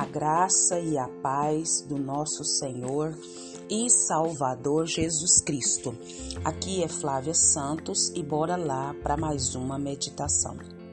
graça e a paz do nosso Senhor e Salvador Jesus Cristo. Aqui é Flávia Santos e bora lá para mais uma meditação.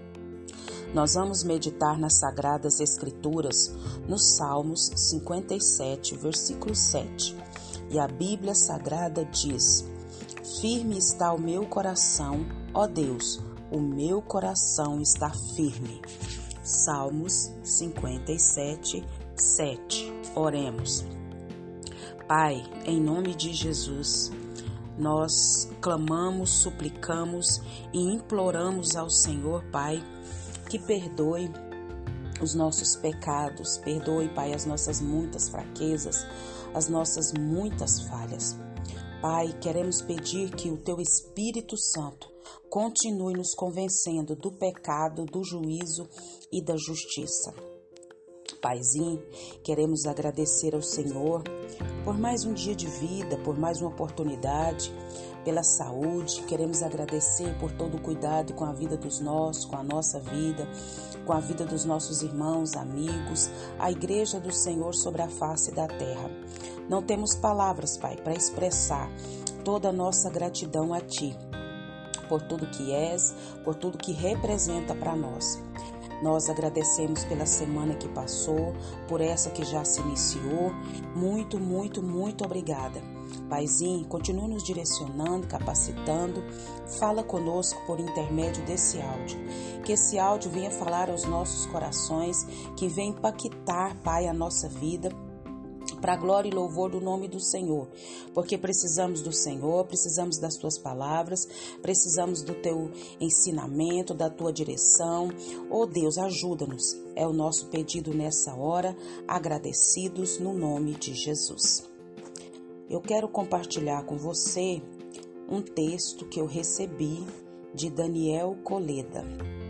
Nós vamos meditar nas Sagradas Escrituras, nos Salmos 57, versículo 7. E a Bíblia Sagrada diz: Firme está o meu coração, ó Deus, o meu coração está firme. Salmos 57, 7. Oremos. Pai, em nome de Jesus, nós clamamos, suplicamos e imploramos ao Senhor, Pai, que perdoe os nossos pecados, perdoe, Pai, as nossas muitas fraquezas, as nossas muitas falhas. Pai, queremos pedir que o Teu Espírito Santo continue nos convencendo do pecado, do juízo e da justiça. Paizinho, queremos agradecer ao Senhor por mais um dia de vida, por mais uma oportunidade, pela saúde. Queremos agradecer por todo o cuidado com a vida dos nossos, com a nossa vida, com a vida dos nossos irmãos, amigos, a Igreja do Senhor sobre a face da terra. Não temos palavras, Pai, para expressar toda a nossa gratidão a Ti, por tudo que és, por tudo que representa para nós. Nós agradecemos pela semana que passou, por essa que já se iniciou. Muito, muito, muito obrigada. Paizinho, continua nos direcionando, capacitando. Fala conosco por intermédio desse áudio. Que esse áudio venha falar aos nossos corações, que venha impactar, Pai, a nossa vida, para a glória e louvor do nome do Senhor, porque precisamos do Senhor, precisamos das Tuas palavras, precisamos do Teu ensinamento, da Tua direção. Oh Deus, ajuda-nos, é o nosso pedido nessa hora, agradecidos no nome de Jesus. Eu quero compartilhar com você um texto que eu recebi de Daniel Coleda,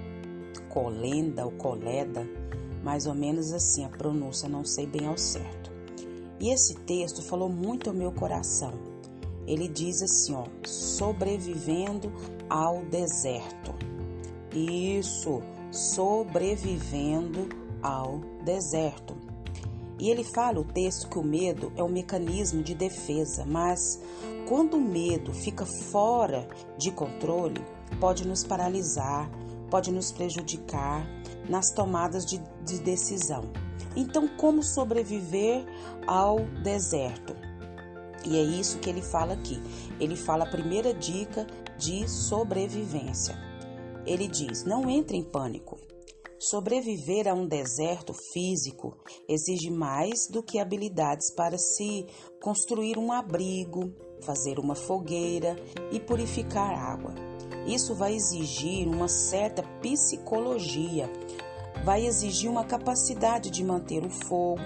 ou Coleda, mais ou menos assim a pronúncia, não sei bem ao certo. E esse texto falou muito ao meu coração. Ele diz assim, sobrevivendo ao deserto. Isso, sobrevivendo ao deserto. E ele fala, o texto, que o medo é um mecanismo de defesa, mas quando o medo fica fora de controle, pode nos paralisar, pode nos prejudicar nas tomadas de decisão. Então, como sobreviver ao deserto? E é isso que ele fala aqui. Ele fala a primeira dica de sobrevivência. Ele diz, não entre em pânico. Sobreviver a um deserto físico exige mais do que habilidades para se construir um abrigo, fazer uma fogueira e purificar água. Isso vai exigir uma certa psicologia, vai exigir uma capacidade de manter o foco,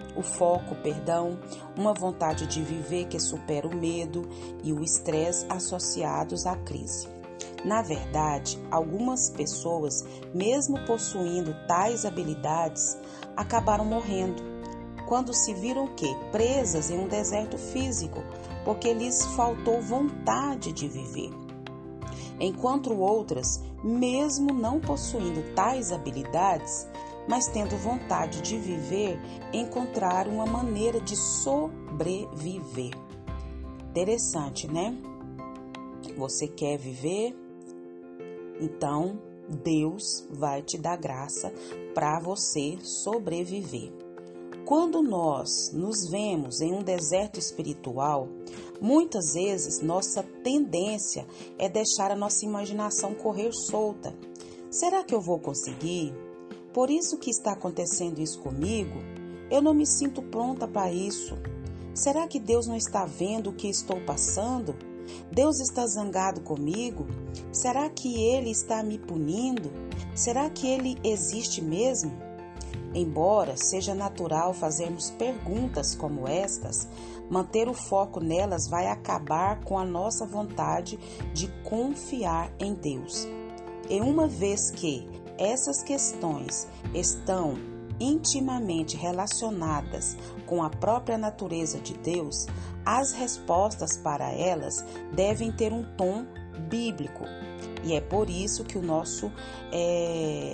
uma vontade de viver que supera o medo e o estresse associados à crise. Na verdade, algumas pessoas, mesmo possuindo tais habilidades, acabaram morrendo quando se viram presas em um deserto físico, porque lhes faltou vontade de viver. Enquanto outras, mesmo não possuindo tais habilidades, mas tendo vontade de viver, encontraram uma maneira de sobreviver. Interessante, né? Você quer viver? Então, Deus vai te dar graça para você sobreviver. Quando nós nos vemos em um deserto espiritual, muitas vezes nossa tendência é deixar a nossa imaginação correr solta. Será que eu vou conseguir? Por isso que está acontecendo isso comigo? Eu não me sinto pronta para isso. Será que Deus não está vendo o que estou passando? Deus está zangado comigo? Será que Ele está me punindo? Será que Ele existe mesmo? Embora seja natural fazermos perguntas como estas, manter o foco nelas vai acabar com a nossa vontade de confiar em Deus. E uma vez que essas questões estão intimamente relacionadas com a própria natureza de Deus, as respostas para elas devem ter um tom bíblico. E é por isso que o nosso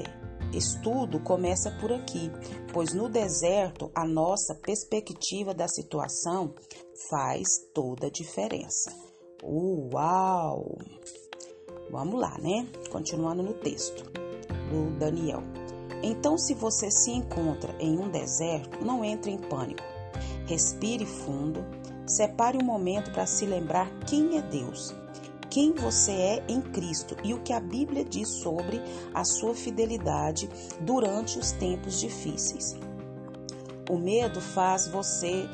estudo começa por aqui, pois no deserto a nossa perspectiva da situação faz toda a diferença. Uau! Vamos lá, né? Continuando no texto do Daniel. Então, se você se encontra em um deserto, não entre em pânico. Respire fundo, separe um momento para se lembrar quem é Deus, quem você é em Cristo e o que a Bíblia diz sobre a sua fidelidade durante os tempos difíceis. O medo faz você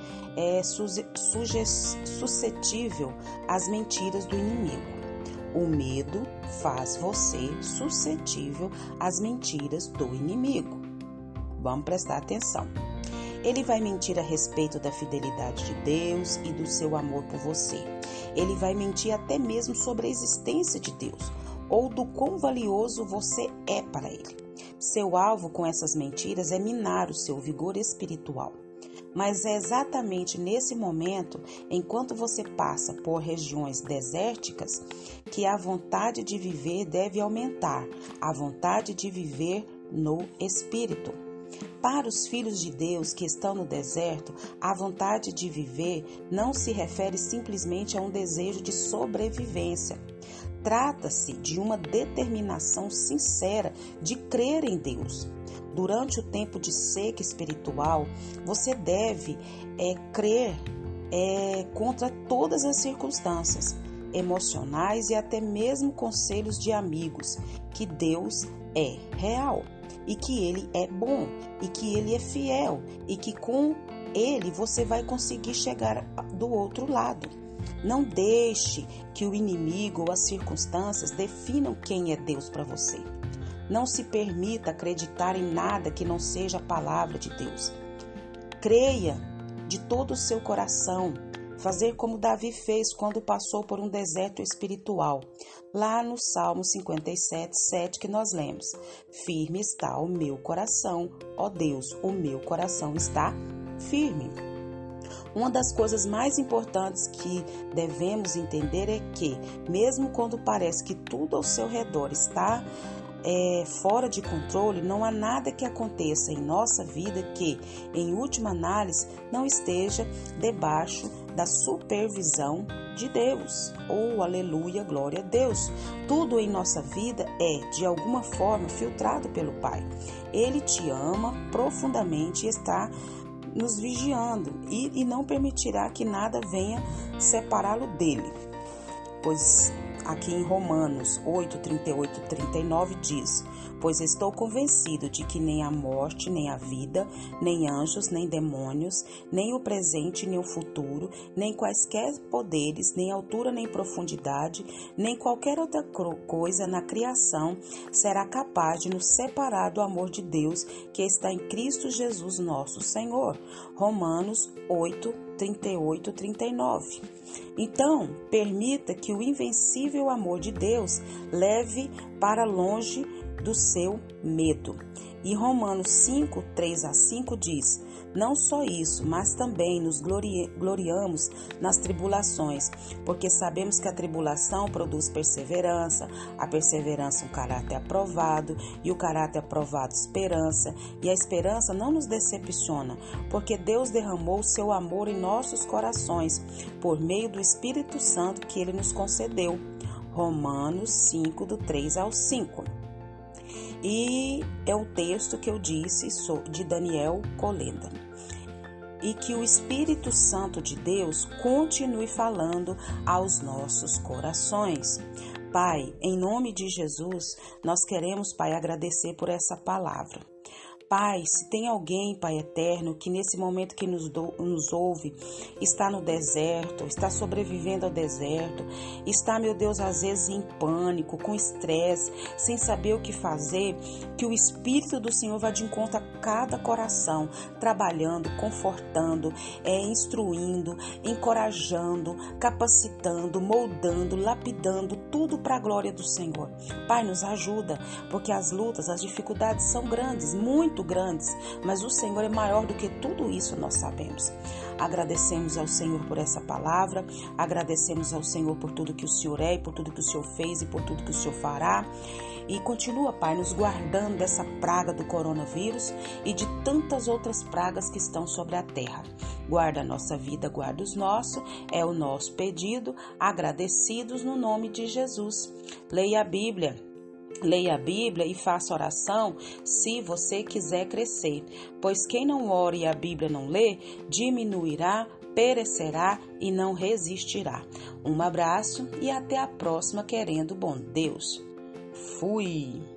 suscetível às mentiras do inimigo. O medo faz você suscetível às mentiras do inimigo. Vamos prestar atenção. Ele vai mentir a respeito da fidelidade de Deus e do seu amor por você. Ele vai mentir até mesmo sobre a existência de Deus ou do quão valioso você é para Ele. Seu alvo com essas mentiras é minar o seu vigor espiritual. Mas é exatamente nesse momento, enquanto você passa por regiões desérticas, que a vontade de viver deve aumentar, a vontade de viver no Espírito. Para os filhos de Deus que estão no deserto, a vontade de viver não se refere simplesmente a um desejo de sobrevivência. Trata-se de uma determinação sincera de crer em Deus. Durante o tempo de seca espiritual, você deve crer contra todas as circunstâncias emocionais e até mesmo conselhos de amigos, que Deus é real e que Ele é bom e que Ele é fiel e que com Ele você vai conseguir chegar do outro lado. Não deixe que o inimigo ou as circunstâncias definam quem é Deus para você. Não se permita acreditar em nada que não seja a palavra de Deus. Creia de todo o seu coração, fazer como Davi fez quando passou por um deserto espiritual, lá no Salmo 57:7 que nós lemos. Firme está o meu coração, ó Deus, o meu coração está firme. Uma das coisas mais importantes que devemos entender é que, mesmo quando parece que tudo ao seu redor está fora de controle, não há nada que aconteça em nossa vida que, em última análise, não esteja debaixo da supervisão de Deus. Oh, aleluia, glória a Deus. Tudo em nossa vida é, de alguma forma, filtrado pelo Pai. Ele te ama profundamente e está nos vigiando e não permitirá que nada venha separá-lo dele. Pois aqui em Romanos 8:38-39 diz: pois estou convencido de que nem a morte, nem a vida, nem anjos, nem demônios, nem o presente, nem o futuro, nem quaisquer poderes, nem altura, nem profundidade, nem qualquer outra coisa na criação será capaz de nos separar do amor de Deus que está em Cristo Jesus nosso Senhor. Romanos 8:38-39. Então, permita que o invencível amor de Deus leve para longe do seu medo. E Romanos 5:3-5 diz: não só isso, mas também nos gloriamos nas tribulações, porque sabemos que a tribulação produz perseverança, a perseverança um caráter aprovado, e o caráter aprovado esperança, e a esperança não nos decepciona, porque Deus derramou o seu amor em nossos corações, por meio do Espírito Santo que Ele nos concedeu. Romanos 5:3-5. E é o texto que eu disse de Daniel Kolenda. E que o Espírito Santo de Deus continue falando aos nossos corações. Pai, em nome de Jesus, nós queremos, Pai, agradecer por essa palavra. Pai, se tem alguém, Pai eterno, que nesse momento que nos ouve, está no deserto, está sobrevivendo ao deserto, está, meu Deus, às vezes em pânico, com estresse, sem saber o que fazer, que o Espírito do Senhor vá de encontro a cada coração, trabalhando, confortando, instruindo, encorajando, capacitando, moldando, lapidando, tudo para a glória do Senhor. Pai, nos ajuda, porque as lutas, as dificuldades são grandes, muito muito grandes, mas o Senhor é maior do que tudo isso, nós sabemos. Agradecemos ao Senhor por essa palavra, agradecemos ao Senhor por tudo que o Senhor é, e por tudo que o Senhor fez e por tudo que o Senhor fará. E continua, Pai, nos guardando dessa praga do coronavírus e de tantas outras pragas que estão sobre a terra. Guarda a nossa vida, guarda os nossos, é o nosso pedido, agradecidos no nome de Jesus. Leia a Bíblia. Leia a Bíblia e faça oração se você quiser crescer, pois quem não ora e a Bíblia não lê, diminuirá, perecerá e não resistirá. Um abraço e até a próxima, querendo bom Deus. Fui!